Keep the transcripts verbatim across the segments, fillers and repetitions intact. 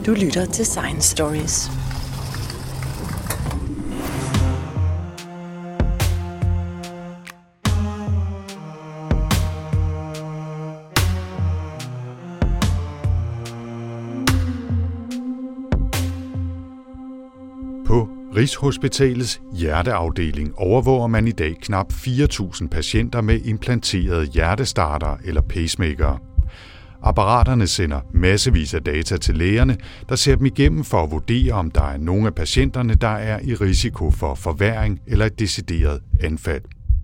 Du lytter til Science Stories. På Rigshospitalets hjerteafdeling overvåger man i dag knap fire tusind patienter med implanterede hjertestartere eller pacemakere. Apparaterne sender massevis af data til lægerne, der ser dem igennem for at vurdere, om der er nogle af patienterne, der er i risiko for forværring eller et decideret anfald.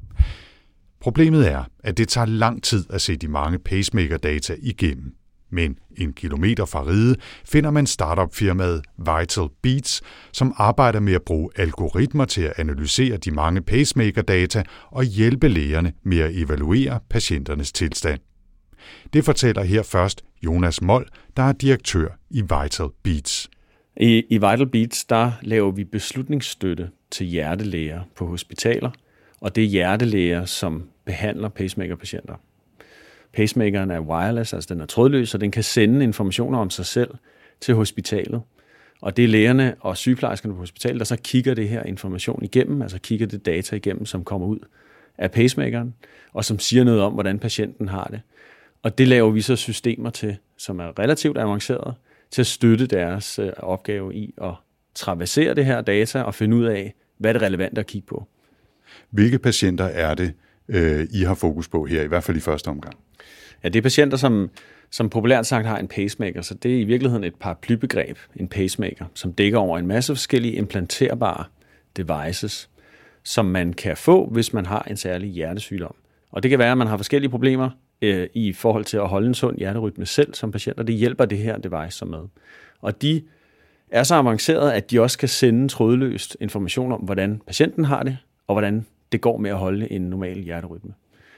Problemet er, at det tager lang tid at se de mange pacemaker-data igennem. Men en kilometer fra Riget finder man startup-firmaet Vital Beats, som arbejder med at bruge algoritmer til at analysere de mange pacemaker-data og hjælpe lægerne med at evaluere patienternes tilstand. Det fortæller her først Jonas Moll, der er direktør i Vital Beats. I, i Vital Beats der laver vi beslutningsstøtte til hjertelæger på hospitaler, og det er hjertelæger, som behandler pacemaker-patienter. Pacemakeren er wireless, altså den er trådløs, så den kan sende informationer om sig selv til hospitalet. Og det er lægerne og sygeplejerskerne på hospitalet, der så kigger det her information igennem, altså kigger det data igennem, som kommer ud af pacemakeren, og som siger noget om, hvordan patienten har det. Og det laver vi så systemer til, som er relativt avancerede, til at støtte deres øh, opgave i at traversere det her data og finde ud af, hvad er det relevant at kigge på. Hvilke patienter er det, øh, I har fokus på her, i hvert fald i første omgang? Ja, det er patienter, som, som populært sagt har en pacemaker, så det er i virkeligheden et paraplybegreb, en pacemaker, som dækker over en masse forskellige implanterbare devices, som man kan få, hvis man har en særlig hjertesygdom. Og det kan være, at man har forskellige problemer øh, i forhold til at holde en sund hjerterytme selv som patient, og det hjælper det her device så med. Og de er så avancerede, at de også kan sende trådløst information om, hvordan patienten har det, og hvordan det går med at holde en normal hjerterytme.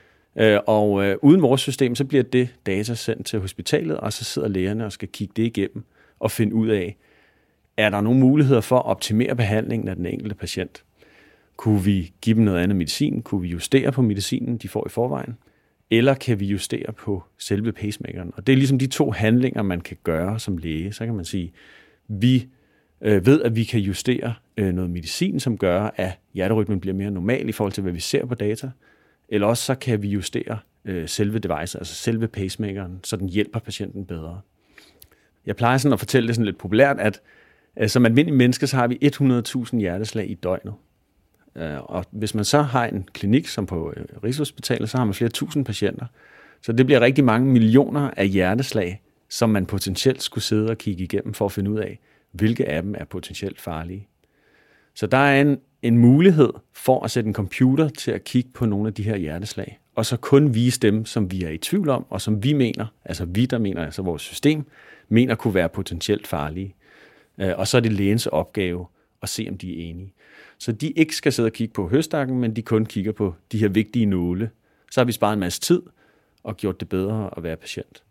Og øh, uden vores system, så bliver det data sendt til hospitalet, og så sidder lægerne og skal kigge det igennem og finde ud af, er der nogle muligheder for at optimere behandlingen af den enkelte patient? Kunne vi give dem noget andet medicin? Kunne vi justere på medicinen, de får i forvejen? Eller kan vi justere på selve pacemakeren? Og det er ligesom de to handlinger, man kan gøre som læge. Så kan man sige, vi øh, ved, at vi kan justere øh, noget medicin, som gør, at hjerterytmen bliver mere normal i forhold til, hvad vi ser på data. Eller også så kan vi justere øh, selve device, altså selve pacemakeren, så den hjælper patienten bedre. Jeg plejer sådan at fortælle det sådan lidt populært, at øh, som almindelige mennesker, så har vi hundrede tusind hjerteslag i døgnet. Øh, og hvis man så har en klinik, som på øh, Rigshospitalet, så har man flere tusind patienter. Så det bliver rigtig mange millioner af hjerteslag, som man potentielt skulle sidde og kigge igennem for at finde ud af, hvilke af dem er potentielt farlige. Så der er en, en mulighed for at sætte en computer til at kigge på nogle af de her hjerteslag, og så kun vise dem, som vi er i tvivl om, og som vi mener, altså vi, der mener, altså vores system, mener kunne være potentielt farlige. Og så er det lægens opgave at se, om de er enige. Så de ikke skal sidde og kigge på høstakken, men de kun kigger på de her vigtige nåle. Så har vi sparet en masse tid og gjort det bedre at være patient.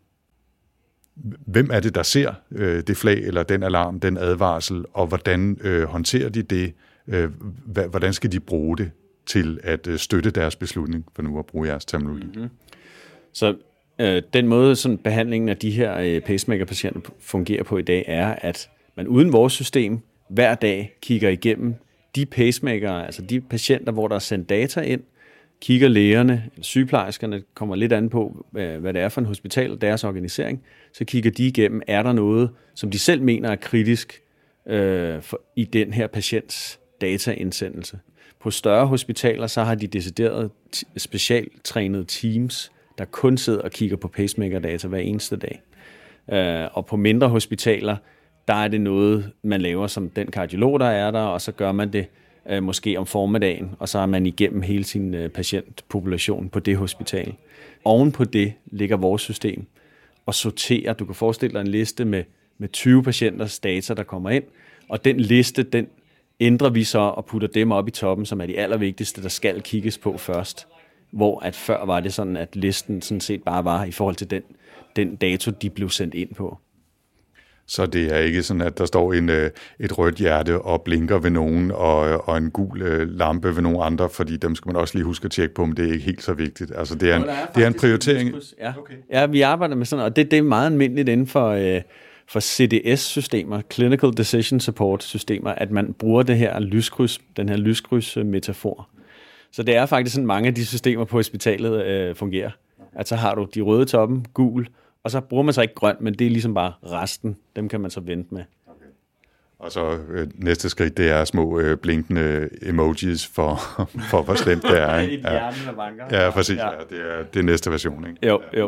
Hvem er det, der ser øh, det flag eller den alarm, den advarsel, og hvordan øh, håndterer de det? Øh, hvordan skal de bruge det til at øh, støtte deres beslutning, for nu at bruge jeres terminologi? Mm-hmm. Så øh, den måde, sådan behandlingen af de her øh, pacemaker-patienter fungerer på i dag, er, at man uden vores system hver dag kigger igennem de pacemaker, altså de patienter, hvor der er sendt data ind, kigger lægerne, sygeplejerskerne, kommer lidt an på, hvad det er for en hospital og deres organisering, så kigger de igennem, er der noget, som de selv mener er kritisk øh, for, i den her patients dataindsendelse. På større hospitaler, så har de decideret t- specialtrænede teams, der kun sidder og kigger på pacemaker-data hver eneste dag. Øh, og på mindre hospitaler, der er det noget, man laver som den kardiolog, der er der, og så gør man det øh, måske om formiddagen, og så er man igennem hele sin øh, patientpopulation på det hospital. Oven på det ligger vores system og sorterer. Du kan forestille dig en liste med, med tyve patienters data, der kommer ind, og den liste, den ændrer vi så og putter dem op i toppen, som er de allervigtigste, der skal kigges på først. Hvor at før var det sådan, at listen sådan set bare var i forhold til den, den dato, de blev sendt ind på. Så det er ikke sådan, at der står en, et rødt hjerte og blinker ved nogen, og, og en gul lampe ved nogen andre, fordi dem skal man også lige huske at tjekke på, men det er ikke helt så vigtigt. Altså, det er en, er det er en prioritering. Ja. Okay. Ja, vi arbejder med sådan, og det, det er meget almindeligt inden for, øh, for C D S-systemer, Clinical Decision Support-systemer, at man bruger det her lyskryds, den her lyskryds-metafor. Så det er faktisk sådan, mange af de systemer på hospitalet øh, fungerer. At så har du de røde toppen, gul, og så bruger man så ikke grøn, men det er ligesom bare resten. Dem kan man så vente med. Okay. Og så øh, næste skridt, det er små øh, blinkende emojis for, for hvor slemt det er. Ikke? I hjernen, der banker. Ja, præcis. Ja. Ja, det, er, det er næste version. Ikke? Jo, jo.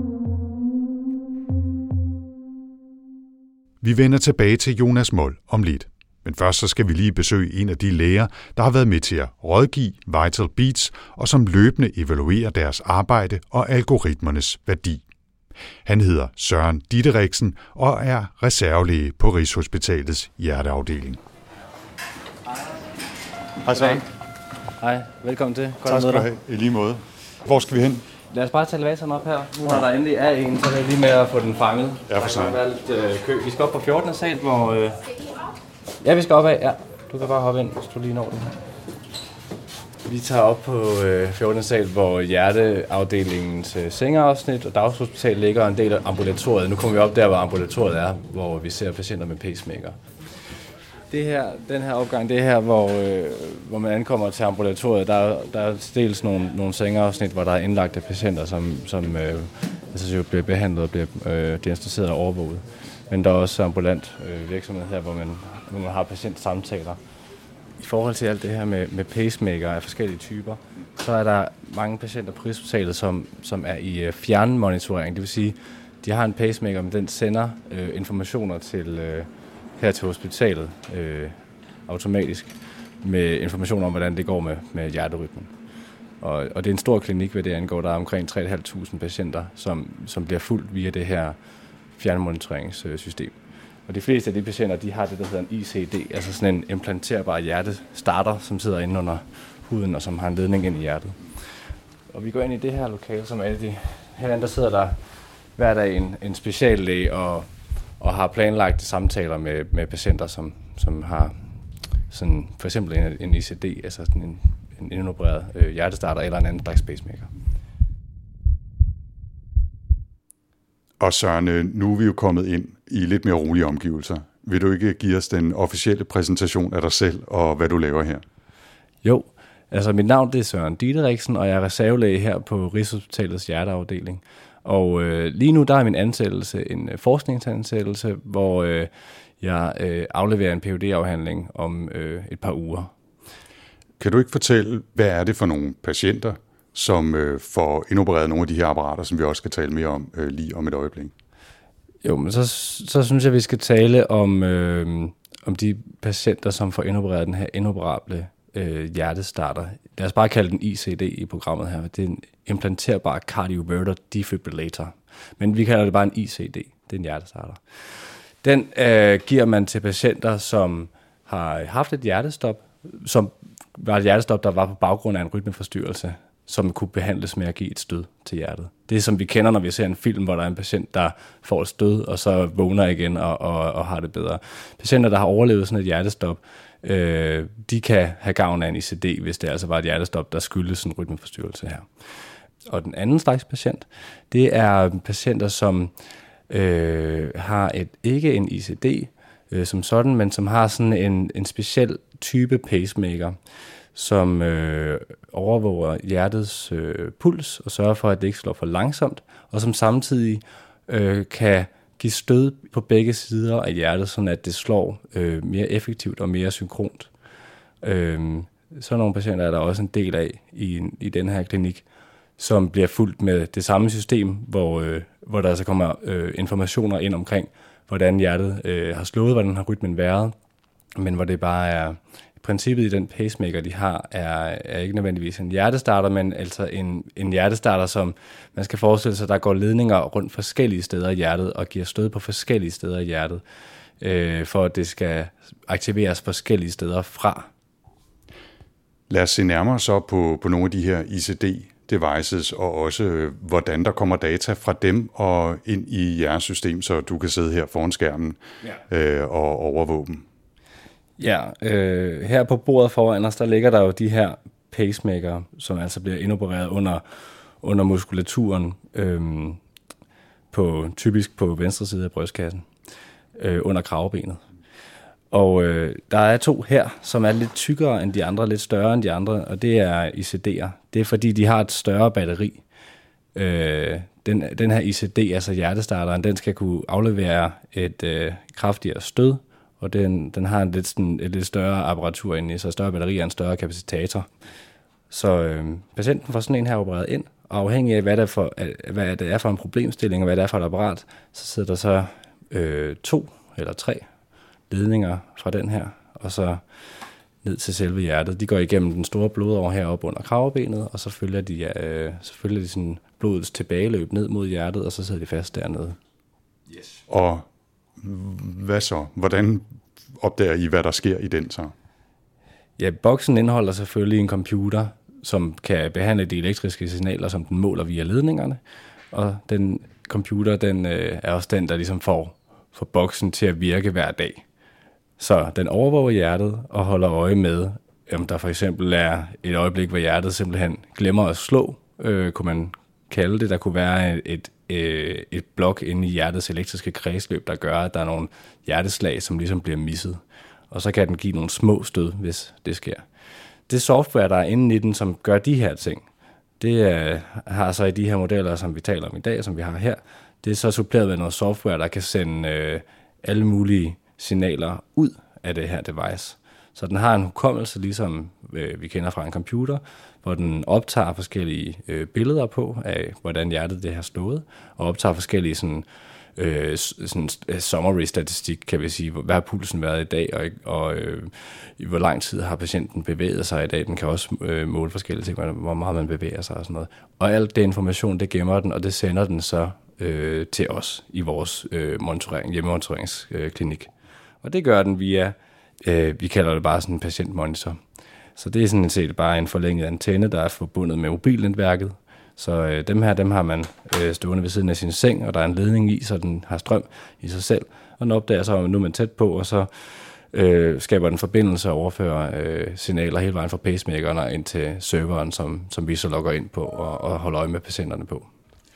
Vi vender tilbage til Jonas Moll om lidt. Men først så skal vi lige besøge en af de læger, der har været med til at rådgive Vital Beats, og som løbende evaluerer deres arbejde og algoritmernes værdi. Han hedder Søren Dideriksen og er reservelæge på Rigshospitalets hjerteafdeling. Hej Søren. Hej, velkommen til. Godt tak skal du have, i lige måde. Hvor skal vi hen? Lad os bare tage elevatoren op her. Nu når der endelig er en, så er det lige med at få den fanget. Ja, for sig. Der kan være lidt øh, kø. Vi skal op på fjortende sal, hvor... Øh... Ja, vi skal op af. Ja, du kan bare hoppe ind, hvis du lige når den her. Vi tager op på øh, fjortende sal, hvor hjerteafdelingens øh, sengeafsnit og dagshospital ligger en del af ambulatoriet. Nu kommer vi op der, hvor ambulatoriet er, hvor vi ser patienter med pacemaker. Det her, den her opgang, det er her, hvor, øh, hvor man ankommer til ambulatoriet. Der, der er dels nogle, nogle sengeafsnit, hvor der er indlagte patienter, som, som øh, altså, bliver behandlet og bliver øh, diagnosticeret og overvåget. Men der er også ambulant øh, virksomhed her, hvor man, hvor man har patientsamtaler. I forhold til alt det her med, med pacemaker af forskellige typer, så er der mange patienter på Rigshospitalet, som, som er i øh, fjernmonitorering. Det vil sige, de har en pacemaker, men den sender øh, informationer til... Øh, her til hospitalet øh, automatisk med information om, hvordan det går med, med hjerterytmen. Og, og det er en stor klinik, hvad det angår. Der er omkring tre tusind fem hundrede patienter, som, som bliver fulgt via det her fjernmonitoreringssystem. Og de fleste af de patienter, de har det, der hedder en I C D, altså sådan en implanterbar hjertestarter, som sidder inde under huden og som har en ledning ind i hjertet. Og vi går ind i det her lokale, som alle de... Herinde der sidder der hver dag en, en speciallæge og og har planlagt samtaler med, med patienter, som, som har sådan, for eksempel en, en I C D, altså sådan en, en indopereret øh, hjertestarter eller en anden slags pacemaker. Og Søren, nu er vi jo kommet ind i lidt mere rolige omgivelser. Vil du ikke give os den officielle præsentation af dig selv og hvad du laver her? Jo, altså mit navn det er Søren Dideriksen, og jeg er reservelæge her på Rigshospitalets hjerteafdeling. Og øh, lige nu der er min ansættelse en øh, forskningsansættelse, hvor øh, jeg øh, afleverer en P H D-afhandling om øh, et par uger. Kan du ikke fortælle, hvad er det for nogle patienter, som øh, får indopereret nogle af de her apparater, som vi også skal tale mere om øh, lige om et øjeblik? Jo, men så, så synes jeg, vi skal tale om, øh, om de patienter, som får indopereret den her inoperable øh, hjertestarter. Lad os bare kalde den I C D i programmet her. Det er en implanterbar cardioverter defibrillator. Men vi kalder det bare en I C D. Det er en hjertestarter. Den øh, giver man til patienter, som har haft et hjertestop, som var et hjertestop, der var på baggrund af en rytmeforstyrrelse, som kunne behandles med at give et stød til hjertet. Det er som vi kender, når vi ser en film, hvor der er en patient, der får et stød, og så vågner igen og, og, og har det bedre. Patienter, der har overlevet sådan et hjertestop, øh, de kan have gavn af en I C D, hvis det altså var et hjertestop, der skyldes en rytmeforstyrrelse her. Og den anden slags patient, det er patienter, som øh, har et, ikke en I C D øh, som sådan, men som har sådan en, en speciel type pacemaker, som øh, overvåger hjertets øh, puls og sørger for, at det ikke slår for langsomt, og som samtidig øh, kan give stød på begge sider af hjertet, sådan at det slår øh, mere effektivt og mere synkront. Øh, sådan nogle patienter er der også en del af i, i den her klinik, som bliver fulgt med det samme system, hvor, øh, hvor der altså kommer øh, informationer ind omkring, hvordan hjertet øh, har slået, hvordan har rytmen været, men hvor det bare er... Princippet i den pacemaker, de har, er, er ikke nødvendigvis en hjertestarter, men altså en, en hjertestarter, som man skal forestille sig, der går ledninger rundt forskellige steder i hjertet og giver stød på forskellige steder i hjertet, øh, for at det skal aktiveres forskellige steder fra. Lad os se nærmere så på, på nogle af de her I C D-devices, og også øh, hvordan der kommer data fra dem og ind i jeres system, så du kan sidde her foran skærmen ja. øh, og overvåge dem. Ja, øh, her på bordet foran os, der ligger der jo de her pacemaker, som altså bliver indopereret under, under muskulaturen, øh, på, typisk på venstre side af brystkassen. øh, under kravebenet. Og øh, der er to her, som er lidt tykkere end de andre, lidt større end de andre, og det er I C D'er. Det er fordi, de har et større batteri. Øh, den, den her I C D, altså hjertestarteren, den skal kunne aflevere et øh, kraftigere stød, og den, den har en lidt, sådan, et lidt større apparatur inde i, så større batteri er en større kapacitator. Så øh, patienten får sådan en her opereret ind, og afhængig af, hvad det, er for, hvad det er for en problemstilling, og hvad det er for et apparat, så sidder der så øh, to eller tre ledninger fra den her, og så ned til selve hjertet. De går igennem den store blodåre heroppe under kravebenet, og så følger de, øh, så følger de sådan blodets tilbageløb ned mod hjertet, og så sidder de fast dernede. Yes. Og hvad så? Hvordan opdager I, hvad der sker i den så? Ja, boksen indeholder selvfølgelig en computer, som kan behandle de elektriske signaler, som den måler via ledningerne, og den computer, den øh, er også den, der ligesom får, får boksen til at virke hver dag. Så den overvåger hjertet og holder øje med, om der for eksempel er et øjeblik, hvor hjertet simpelthen glemmer at slå, øh, kunne man kalde det. Der kunne være et, et, et blok inde i hjertets elektriske kredsløb, der gør, at der er nogle hjerteslag, som ligesom bliver misset. Og så kan den give nogle små stød, hvis det sker. Det software, der er inde i den, som gør de her ting, det er, har så i de her modeller, som vi taler om i dag, som vi har her, det er så suppleret med noget software, der kan sende øh, alle mulige signaler ud af det her device. Så den har en hukommelse, ligesom øh, vi kender fra en computer, hvor den optager forskellige øh, billeder på af, hvordan hjertet det har slået, og optager forskellige sådan, øh, sådan summary-statistik, kan vi sige, hvad har pulsen været i dag, og, og øh, i hvor lang tid har patienten bevæget sig i dag. Den kan også øh, måle forskellige ting, hvor meget man bevæger sig og sådan noget. Og alt det information, det gemmer den, og det sender den så øh, til os i vores øh, monitorering, hjemmemonitoreringsklinik. Øh, og det gør den via, øh, vi kalder det bare sådan en patientmonitor. Så det er sådan set bare en forlænget antenne, der er forbundet med mobilnetværket. Så øh, dem her, dem har man øh, stående ved siden af sin seng, og der er en ledning i, så den har strøm i sig selv. Og den opdager så, at nu er man tæt på, og så øh, skaber den forbindelse og overfører øh, signaler hele vejen fra pacemakeren og ind til serveren, som, som vi så logger ind på og, og holder øje med patienterne på.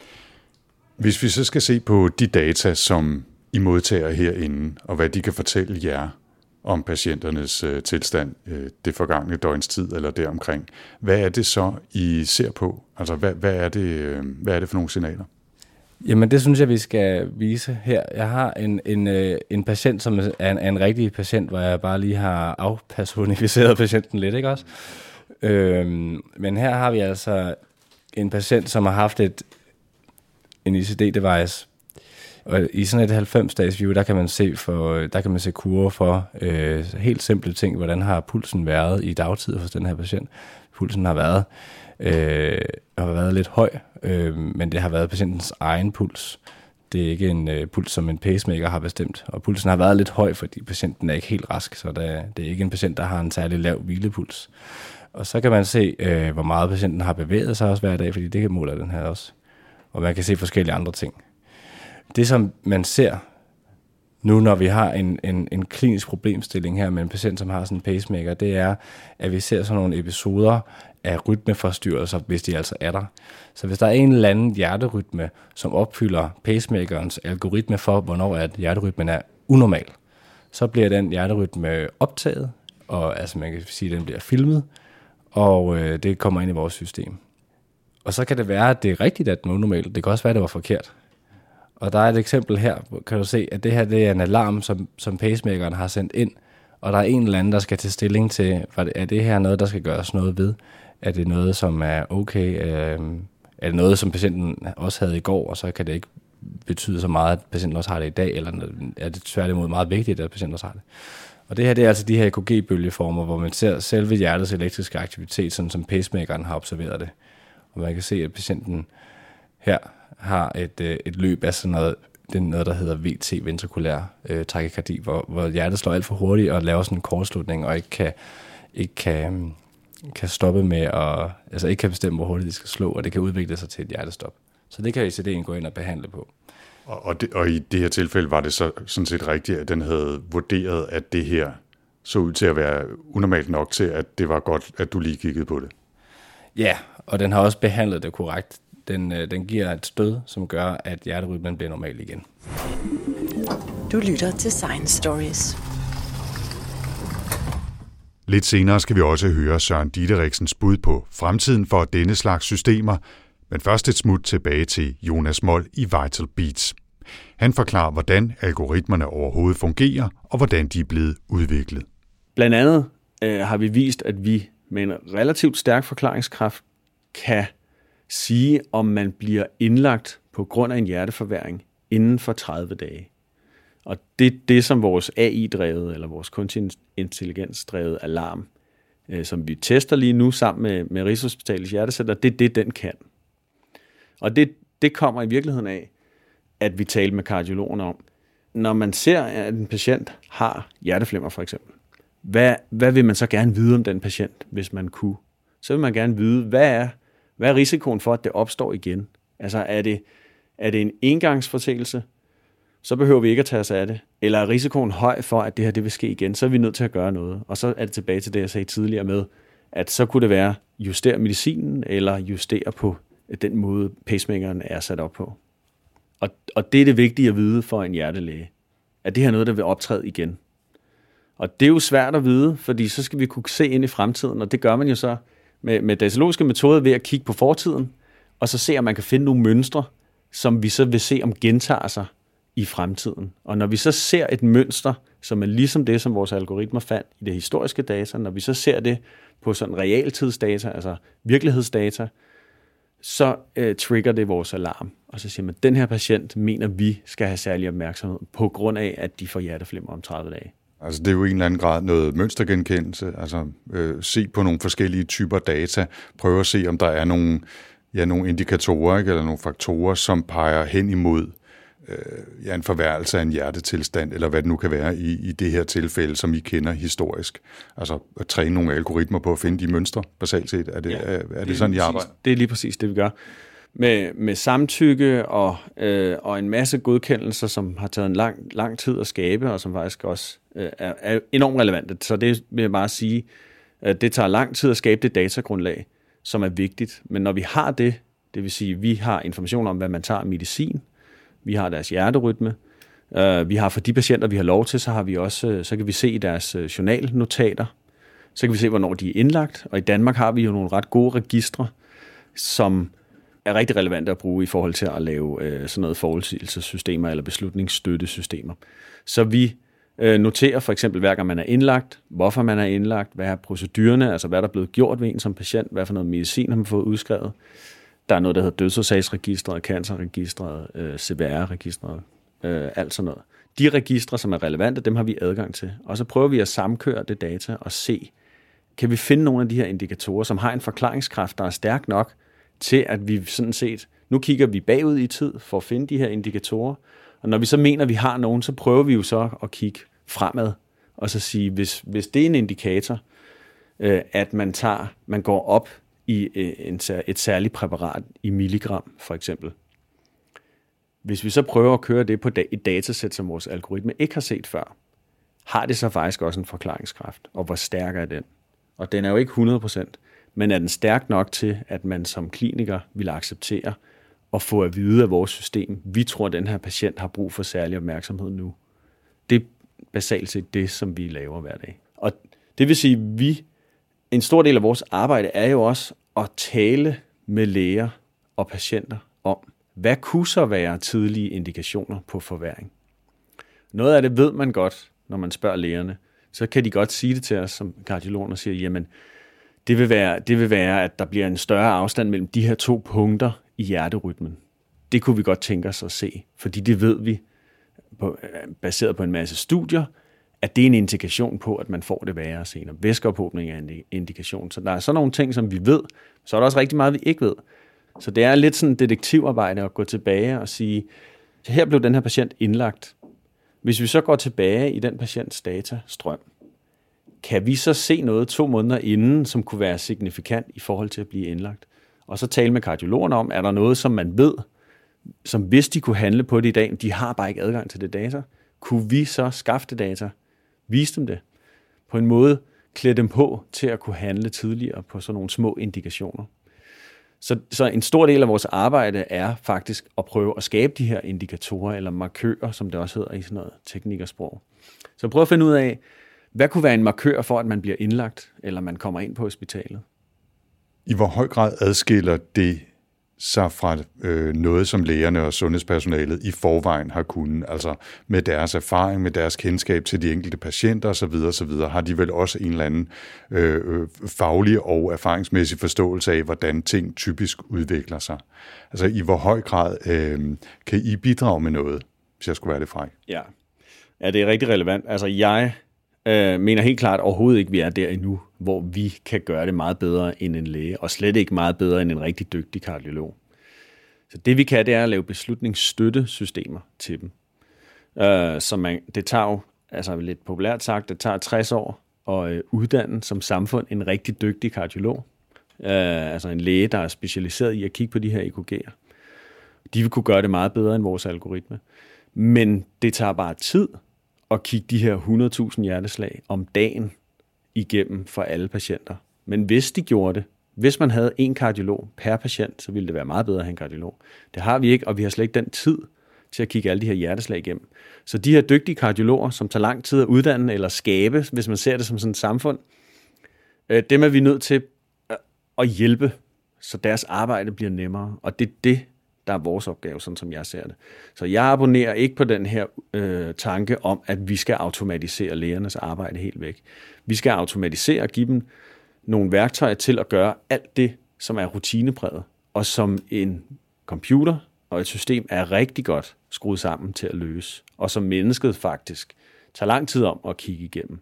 Hvis vi så skal se på de data, som I modtager herinde, og hvad de kan fortælle jer om patienternes øh, tilstand øh, det forgangne døgns tid eller deromkring. Hvad er det så, I ser på? Altså, hvad, hvad, er, det, øh, hvad er det for nogle signaler? Jamen, det synes jeg, vi skal vise her. Jeg har en, en, øh, en patient, som er en, er en rigtig patient, hvor jeg bare lige har afpersonificeret patienten lidt, ikke også? Øhm, men her har vi altså en patient, som har haft et, en I C D-device. Og i sådan et halvfems-dages view, der kan man se for, der kan man se kurver for øh, helt simple ting, hvordan har pulsen været i dagtid hos den her patient. Pulsen har været øh, har været lidt høj, øh, men det har været patientens egen puls. Det er ikke en øh, puls, som en pacemaker har bestemt. Og pulsen har været lidt høj, fordi patienten er ikke helt rask, så der, det er ikke en patient, der har en særlig lav hvilepuls. Og så kan man se, øh, hvor meget patienten har bevæget sig også hver dag, fordi det kan måle den her også. Og man kan se forskellige andre ting. Det, som man ser nu, når vi har en, en, en klinisk problemstilling her med en patient, som har sådan en pacemaker, det er, at vi ser sådan nogle episoder af rytmeforstyrrelser, hvis de altså er der. Så hvis der er en eller anden hjerterytme, som opfylder pacemakerens algoritme for, hvornår at hjerterytmen er unormal, så bliver den hjerterytme optaget, og altså man kan sige, at den bliver filmet, og øh, det kommer ind i vores system. Og så kan det være, at det er rigtigt, at den er unormal. Det kan også være, at det var forkert. Og der er et eksempel her, kan du se, at det her det er en alarm, som, som pacemakeren har sendt ind, og der er en eller anden, der skal tage stilling til, er det her noget, der skal gøres noget ved? Er det noget, som er okay? Er det noget, som patienten også havde i går, og så kan det ikke betyde så meget, at patienten også har det i dag, eller er det tværtimod meget vigtigt, at patienten også har det? Og det her, det er altså de her E K G-bølgeformer, hvor man ser selve hjertets elektriske aktivitet, sådan som pacemakeren har observeret det. Og man kan se, at patienten her har et, et løb af sådan noget, det er noget, der hedder V T, ventrikulær øh, takykardi, hvor, hvor hjertet slår alt for hurtigt og laver sådan en kortslutning, og ikke kan, ikke kan, kan stoppe med at, altså ikke kan bestemme, hvor hurtigt det skal slå, og det kan udvikle sig til et hjertestop. Så det kan I C D'en gå ind og behandle på. Og, og, det, og i det her tilfælde var det så sådan set rigtigt, at den havde vurderet, at det her så ud til at være unormalt nok til, at det var godt, at du lige kiggede på det. Ja, og den har også behandlet det korrekt. Den, den giver et stød, som gør, at hjerterytmen bliver normal igen. Du lytter til Science Stories. Lidt senere skal vi også høre Søren Diteriksens bud på fremtiden for denne slags systemer, men først et smut tilbage til Jonas Mold i Vital Beats. Han forklarer, hvordan algoritmerne overhovedet fungerer, og hvordan de er blevet udviklet. Blandt andet øh, har vi vist, at vi med en relativt stærk forklaringskraft kan sige, om man bliver indlagt på grund af en hjerteforværring inden for tredive dage. Og det er det, som vores A I-drevet eller vores kunstig intelligens-drevet alarm, øh, som vi tester lige nu sammen med, med Rigshospitalets Hjertecenter, det er det, den kan. Og det, det kommer i virkeligheden af, at vi taler med kardiologerne om, når man ser, at en patient har hjerteflimmer for eksempel, hvad, hvad vil man så gerne vide om den patient, hvis man kunne? Så vil man gerne vide, hvad er, hvad er risikoen for, at det opstår igen? Altså er det, er det en engangsforseelse, så behøver vi ikke at tage os af det. Eller er risikoen høj for, at det her det vil ske igen, så er vi nødt til at gøre noget. Og så er det tilbage til det, jeg sagde tidligere med, at så kunne det være justere medicinen, eller justere på den måde, pacemakeren er sat op på. Og, og det er det vigtige at vide for en hjertelæge, at det her er noget, der vil optræde igen. Og det er jo svært at vide, fordi så skal vi kunne se ind i fremtiden, og det gør man jo så med, med datalogiske metoder ved at kigge på fortiden, og så se, om man kan finde nogle mønstre, som vi så vil se, om gentager sig i fremtiden. Og når vi så ser et mønster, som er ligesom det, som vores algoritmer fandt i det historiske data, når vi så ser det på sådan realtidsdata, altså virkelighedsdata, så øh, trigger det vores alarm. Og så siger man, at den her patient mener vi skal have særlig opmærksomhed på grund af, at de får hjerteflimmer om tredive dage. Altså det er jo i en eller anden grad noget mønstergenkendelse, altså øh, se på nogle forskellige typer data, prøve at se, om der er nogle, ja, nogle indikatorer, ikke, eller nogle faktorer, som peger hen imod øh, ja, en forværrelse af en hjertetilstand, eller hvad det nu kan være i, i det her tilfælde, som I kender historisk. Altså at træne nogle algoritmer på at finde de mønstre, basalt set. Er det, ja, er, er det, det sådan, I arbejder? Det er lige præcis det, vi gør. Med, med samtykke og, øh, og en masse godkendelser, som har taget en lang, lang tid at skabe, og som faktisk også øh, er, er enormt relevante. Så det vil jeg bare sige, at det tager lang tid at skabe det datagrundlag, som er vigtigt. Men når vi har det, det vil sige, at vi har information om, hvad man tager af medicin, vi har deres hjerterytme, øh, vi har for de patienter, vi har lov til, så har vi også, så kan vi se i deres journalnotater, så kan vi se, hvornår de er indlagt, og i Danmark har vi jo nogle ret gode registre, som er rigtig relevante at bruge i forhold til at lave øh, sådan noget forudsigelsessystemer eller beslutningsstøttesystemer. Så vi øh, noterer for eksempel, hver gang man er indlagt, hvorfor man er indlagt, hvad er procedurerne, altså hvad der er blevet gjort ved en som patient, hvad for noget medicin har man fået udskrevet. Der er noget, der hedder dødsårsagsregistret, cancerregistret, øh, C V R-registret, øh, alt sådan noget. De registre, som er relevante, dem har vi adgang til. Og så prøver vi at samkøre det data og se, kan vi finde nogle af de her indikatorer, som har en forklaringskraft, der er stærk nok, til at vi sådan set, nu kigger vi bagud i tid for at finde de her indikatorer, og når vi så mener, at vi har nogen, så prøver vi jo så at kigge fremad, og så sige, hvis, hvis det er en indikator, øh, at man tager, man går op i øh, en, et særligt præparat i milligram, for eksempel. Hvis vi så prøver at køre det på da, et datasæt, som vores algoritme ikke har set før, har det så faktisk også en forklaringskraft, og hvor stærk er den? Og den er jo ikke hundrede procent, men er den stærk nok til, at man som kliniker vil acceptere og få at vide af vores system, vi tror, at den her patient har brug for særlig opmærksomhed nu. Det er basalt set det, som vi laver hver dag. Og det vil sige, at vi, en stor del af vores arbejde er jo også at tale med læger og patienter om, hvad kunne så være tidlige indikationer på forværring. Noget af det ved man godt, når man spørger lægerne. Så kan de godt sige det til os som kardiologer og siger, jamen, Det vil, være, det vil være, at der bliver en større afstand mellem de her to punkter i hjerterytmen. Det kunne vi godt tænke os at se, fordi det ved vi, på, baseret på en masse studier, at det er en indikation på, at man får det værre senere. Væskeophobning er en indikation. Så der er sådan nogle ting, som vi ved. Så er der også rigtig meget, vi ikke ved. Så det er lidt sådan detektivarbejde at gå tilbage og sige, her blev den her patient indlagt. Hvis vi så går tilbage i den patients datastrøm, kan vi så se noget to måneder inden, som kunne være signifikant i forhold til at blive indlagt? Og så tale med kardiologerne om, er der noget, som man ved, som hvis de kunne handle på det i dag, de har bare ikke adgang til det data, kunne vi så skaffe det data, vise dem det, på en måde klæde dem på til at kunne handle tidligere på sådan nogle små indikationer. Så, så en stor del af vores arbejde er faktisk at prøve at skabe de her indikatorer, eller markører, som det også hedder i sådan noget teknikersprog. Så prøv at finde ud af, hvad kunne være en markør for, at man bliver indlagt, eller man kommer ind på hospitalet? I hvor høj grad adskiller det sig fra øh, noget, som lægerne og sundhedspersonalet i forvejen har kunnet, altså med deres erfaring, med deres kendskab til de enkelte patienter osv., osv., har de vel også en eller anden øh, faglig og erfaringsmæssig forståelse af, hvordan ting typisk udvikler sig. Altså i hvor høj grad øh, kan I bidrage med noget, hvis jeg skulle være det fræk? Ja. ja, det er rigtig relevant. Altså jeg øh, mener helt klart overhovedet ikke, at vi er der endnu, hvor vi kan gøre det meget bedre end en læge, og slet ikke meget bedre end en rigtig dygtig kardiolog. Så det vi kan, det er at lave beslutningsstøttesystemer til dem. Øh, så man, det tager jo, altså lidt populært sagt, det tager tres år at øh, uddanne som samfund en rigtig dygtig kardiolog. Øh, altså en læge, der er specialiseret i at kigge på de her E K G'er. De vil kunne gøre det meget bedre end vores algoritme. Men det tager bare tid at kigge de her hundrede tusind hjerteslag om dagen igennem for alle patienter. Men hvis de gjorde det, hvis man havde en kardiolog per patient, så ville det være meget bedre at have en kardiolog. Det har vi ikke, og vi har slet ikke den tid til at kigge alle de her hjerteslag igennem. Så de her dygtige kardiologer, som tager lang tid at uddanne eller skabe, hvis man ser det som sådan et samfund, dem er vi nødt til at hjælpe, så deres arbejde bliver nemmere. Og det er det, der er vores opgave, sådan som jeg ser det. Så jeg abonnerer ikke på den her øh, tanke om, at vi skal automatisere lægernes arbejde helt væk. Vi skal automatisere og give dem nogle værktøjer til at gøre alt det, som er rutinepræget, og som en computer og et system er rigtig godt skruet sammen til at løse, og som mennesket faktisk tager lang tid om at kigge igennem.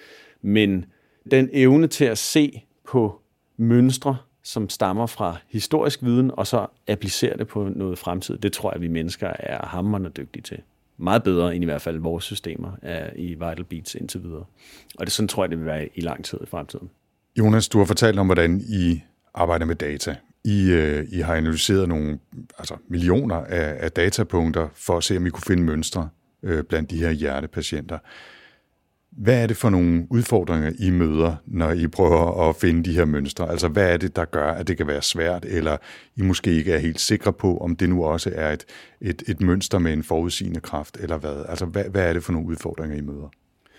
Men den evne til at se på mønstre, som stammer fra historisk viden, og så applicere det på noget fremtid, det tror jeg, vi mennesker er hamrende dygtige til. Meget bedre end i hvert fald vores systemer er i Vital Beats indtil videre. Og det sådan tror jeg, det vil være i lang tid i fremtiden. Jonas, du har fortalt om, hvordan I arbejder med data. I, øh, I har analyseret nogle altså millioner af, af datapunkter for at se, om I kunne finde mønstre øh, blandt de her hjertepatienter. Hvad er det for nogle udfordringer, I møder, når I prøver at finde de her mønstre? Altså, hvad er det, der gør, at det kan være svært, eller I måske ikke er helt sikre på, om det nu også er et, et, et mønster med en forudsigende kraft, eller hvad? Altså, hvad, hvad er det for nogle udfordringer, I møder?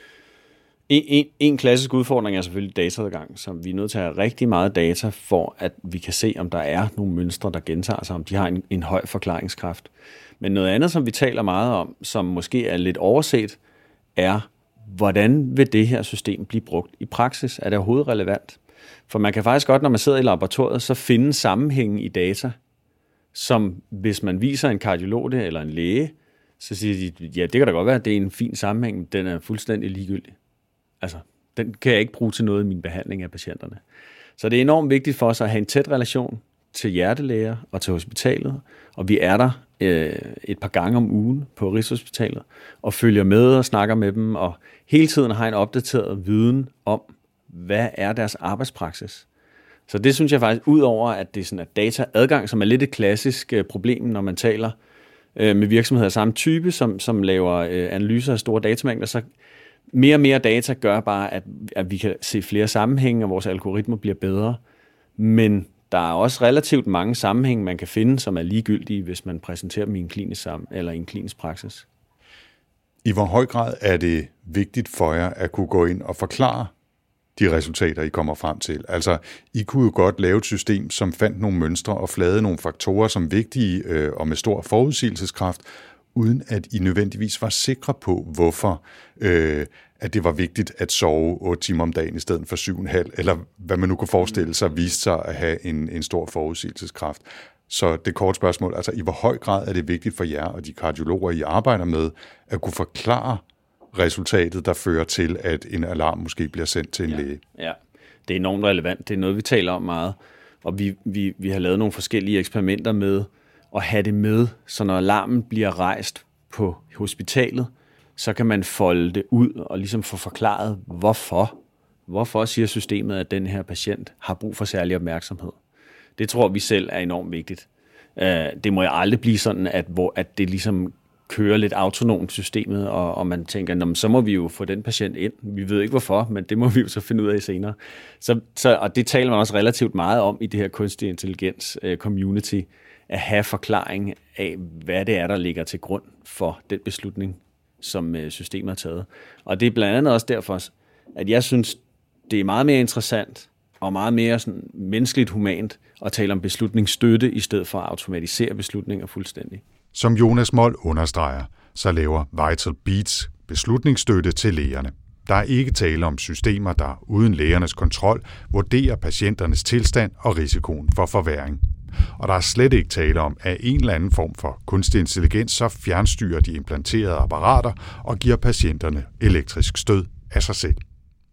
En, en, en klassisk udfordring er selvfølgelig dataadgang, så vi er nødt til at have rigtig meget data, for at vi kan se, om der er nogle mønstre, der gentager sig, om de har en, en høj forklaringskraft. Men noget andet, som vi taler meget om, som måske er lidt overset, er, hvordan vil det her system blive brugt i praksis? Er det overhovedet relevant? For man kan faktisk godt, når man sidder i laboratoriet, så finde sammenhængen i data, som hvis man viser en kardiolog det, eller en læge, så siger de, ja, det kan da godt være, at det er en fin sammenhæng, men den er fuldstændig ligegyldig. Altså, den kan jeg ikke bruge til noget i min behandling af patienterne. Så det er enormt vigtigt for os at have en tæt relation til hjertelæger og til hospitalet, og vi er der øh, et par gange om ugen på Rigshospitalet, og følger med og snakker med dem, og hele tiden har en opdateret viden om, hvad er deres arbejdspraksis. Så det synes jeg faktisk, ud over at det er sådan at dataadgang, som er lidt et klassisk øh, problem, når man taler øh, med virksomheder af samme type, som, som laver øh, analyser af store datamængder, så mere og mere data gør bare, at, at vi kan se flere sammenhænge, og vores algoritmer bliver bedre. Men der er også relativt mange sammenhænge, man kan finde, som er ligegyldige, hvis man præsenterer dem i en klinisk, sam- eller i en klinisk praksis. I hvor høj grad er det vigtigt for jer at kunne gå ind og forklare de resultater, I kommer frem til? Altså, I kunne jo godt lave et system, som fandt nogle mønstre og flade nogle faktorer som vigtige øh, og med stor forudsigelseskraft, uden at I nødvendigvis var sikre på, hvorfor øh, at det var vigtigt at sove otte timer om dagen i stedet for syv og en halv, eller hvad man nu kunne forestille sig, viste sig at have en, en stor forudsigelseskraft. Så det korte spørgsmål, altså i hvor høj grad er det vigtigt for jer og de kardiologer, I arbejder med, at kunne forklare resultatet, der fører til, at en alarm måske bliver sendt til en ja, læge? Ja, det er enormt relevant. Det er noget, vi taler om meget, og vi, vi, vi har lavet nogle forskellige eksperimenter med at have det med, så når alarmen bliver rejst på hospitalet, så kan man folde det ud og ligesom få forklaret, hvorfor. Hvorfor siger systemet, at den her patient har brug for særlig opmærksomhed? Det tror vi selv er enormt vigtigt. Det må aldrig blive sådan, at, hvor, at det ligesom kører lidt autonomt systemet, og, og man tænker, så må vi jo få den patient ind. Vi ved ikke hvorfor, men det må vi jo så finde ud af senere. Så, så, og det taler man også relativt meget om i det her kunstig intelligens uh, community, at have forklaring af, hvad det er, der ligger til grund for den beslutning, som uh, systemet har taget. Og det er blandt andet også derfor, at jeg synes, det er meget mere interessant og meget mere sådan menneskeligt humant at tale om beslutningsstøtte, i stedet for at automatisere beslutninger fuldstændig. Som Jonas Mold understreger, så laver Vital Beats beslutningsstøtte til lægerne. Der er ikke tale om systemer, der uden lægernes kontrol vurderer patienternes tilstand og risikoen for forværring. Og der er slet ikke tale om, at en eller anden form for kunstig intelligens så fjernstyrer de implanterede apparater og giver patienterne elektrisk stød af sig selv.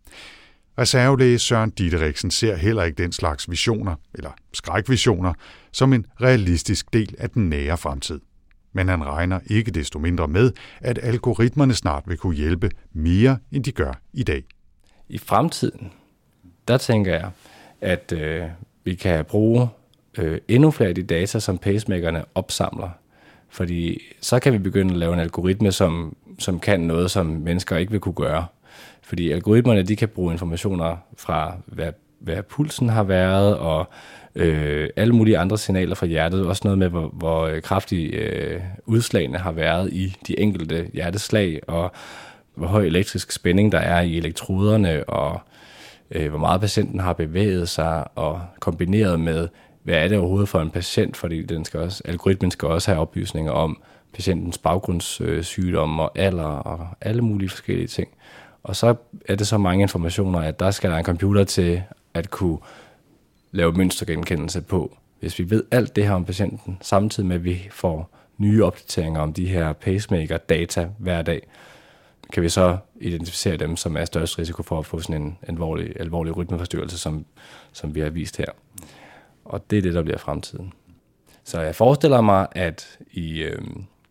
Reservelæge Søren Dideriksen ser heller ikke den slags visioner, eller skrækvisioner, som en realistisk del af den nære fremtid. Men han regner ikke desto mindre med, at algoritmerne snart vil kunne hjælpe mere, end de gør i dag. I fremtiden, der tænker jeg, at øh, vi kan bruge øh, endnu flere af de data, som pacemakerne opsamler. Fordi så kan vi begynde at lave en algoritme, som, som kan noget, som mennesker ikke vil kunne gøre. Fordi algoritmerne, de kan bruge informationer fra, hvad, hvad pulsen har været, og øh, alle mulige andre signaler fra hjertet. Også noget med, hvor, hvor kraftige øh, udslagene har været i de enkelte hjerteslag, og hvor høj elektrisk spænding der er i elektroderne, og øh, hvor meget patienten har bevæget sig, og kombineret med, hvad er det overhovedet for en patient, fordi den skal også, algoritmen skal også have oplysninger om patientens baggrundssygdomme og alder, og alle mulige forskellige ting. Og så er det så mange informationer, at der skal der en computer til at kunne lave mønstergenkendelse på. Hvis vi ved alt det her om patienten, samtidig med at vi får nye opdateringer om de her pacemaker-data hver dag, kan vi så identificere dem, som er størst risiko for at få sådan en alvorlig, alvorlig rytmeforstyrrelse, som, som vi har vist her. Og det er det, der bliver fremtiden. Så jeg forestiller mig, at i, øh,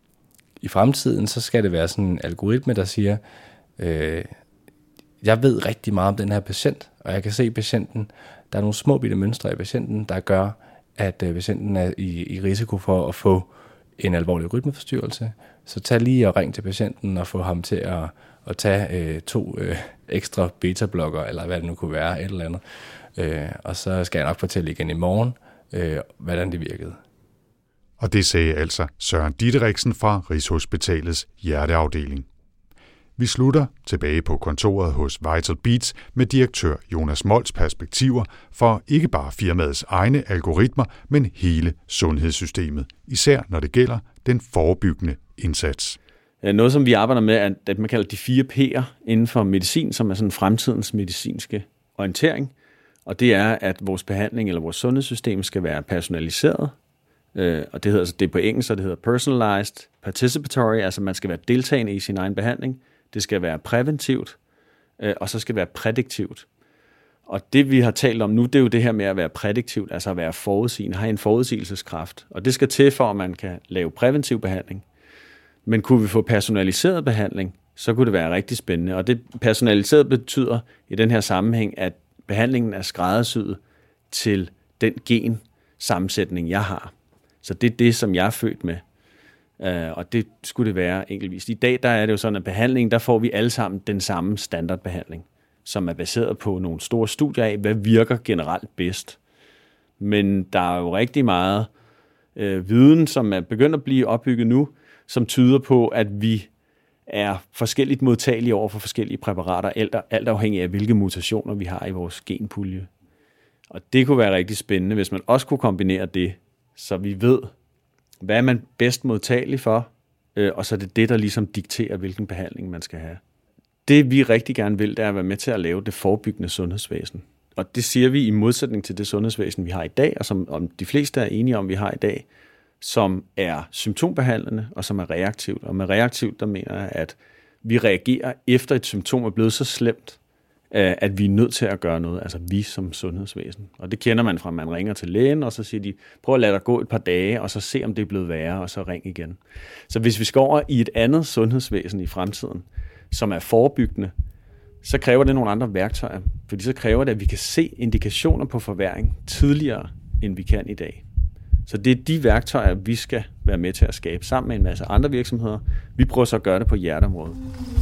i fremtiden, så skal det være sådan en algoritme, der siger, øh, jeg ved rigtig meget om den her patient, og jeg kan se patienten, der er nogle små bitte mønstre i patienten, der gør, at øh, patienten er i, i risiko for at få en alvorlig rytmeforstyrrelse. Så tag lige og ring til patienten og få ham til at, at tage øh, to øh, ekstra beta-blokker, eller hvad det nu kunne være, et eller andet. Øh, og så skal jeg nok fortælle igen i morgen, øh, hvordan det virkede. Og det sagde altså Søren Dideriksen fra Rigshospitalets hjerteafdeling. Vi slutter tilbage på kontoret hos Vital Beats med direktør Jonas Molds perspektiver for ikke bare firmaets egne algoritmer, men hele sundhedssystemet, især når det gælder den forebyggende indsats. Noget, som vi arbejder med, er det, man kalder de fire P'er inden for medicin, som er sådan fremtidens medicinske orientering. Og det er, at vores behandling eller vores sundhedssystem skal være personaliseret. Og det hedder altså, det på engelsk, så det hedder personalized, participatory, altså man skal være deltagende i sin egen behandling. Det skal være præventivt, og så skal det være prædiktivt. Og det, vi har talt om nu, det er jo det her med at være prædiktivt, altså at være forudsigende, have en forudsigelseskraft. Og det skal til for, at man kan lave præventiv behandling. Men kunne vi få personaliseret behandling, så kunne det være rigtig spændende. Og det personaliseret betyder i den her sammenhæng, at behandlingen er skræddersyet til den gen-sammensætning, jeg har. Så det er det, som jeg er født med. Uh, og det skulle det være enkeltvis. I dag der er det jo sådan, at behandling, der får vi alle sammen den samme standardbehandling, som er baseret på nogle store studier af, hvad virker generelt bedst. Men der er jo rigtig meget uh, viden, som er begyndt at blive opbygget nu, som tyder på, at vi er forskelligt modtagelige over for forskellige præparater, alt, alt afhængig af, hvilke mutationer vi har i vores genpulje. Og det kunne være rigtig spændende, hvis man også kunne kombinere det, så vi ved, hvad er man bedst modtagelig for, øh, og så er det det, der ligesom dikterer, hvilken behandling man skal have. Det vi rigtig gerne vil, det er at være med til at lave det forebyggende sundhedsvæsen. Og det siger vi i modsætning til det sundhedsvæsen, vi har i dag, og som om de fleste er enige om, vi har i dag, som er symptombehandlende og som er reaktivt. Og med reaktivt, der mener jeg, at vi reagerer efter et symptom er blevet så slemt, at vi er nødt til at gøre noget, altså vi som sundhedsvæsen. Og det kender man fra, at man ringer til lægen, og så siger de, prøv at lade dig gå et par dage, og så se, om det er blevet værre, og så ring igen. Så hvis vi skal over i et andet sundhedsvæsen i fremtiden, som er forebyggende, så kræver det nogle andre værktøjer, fordi så kræver det, at vi kan se indikationer på forværring tidligere, end vi kan i dag. Så det er de værktøjer, vi skal være med til at skabe sammen med en masse andre virksomheder. Vi prøver så at gøre det på hjerteområdet.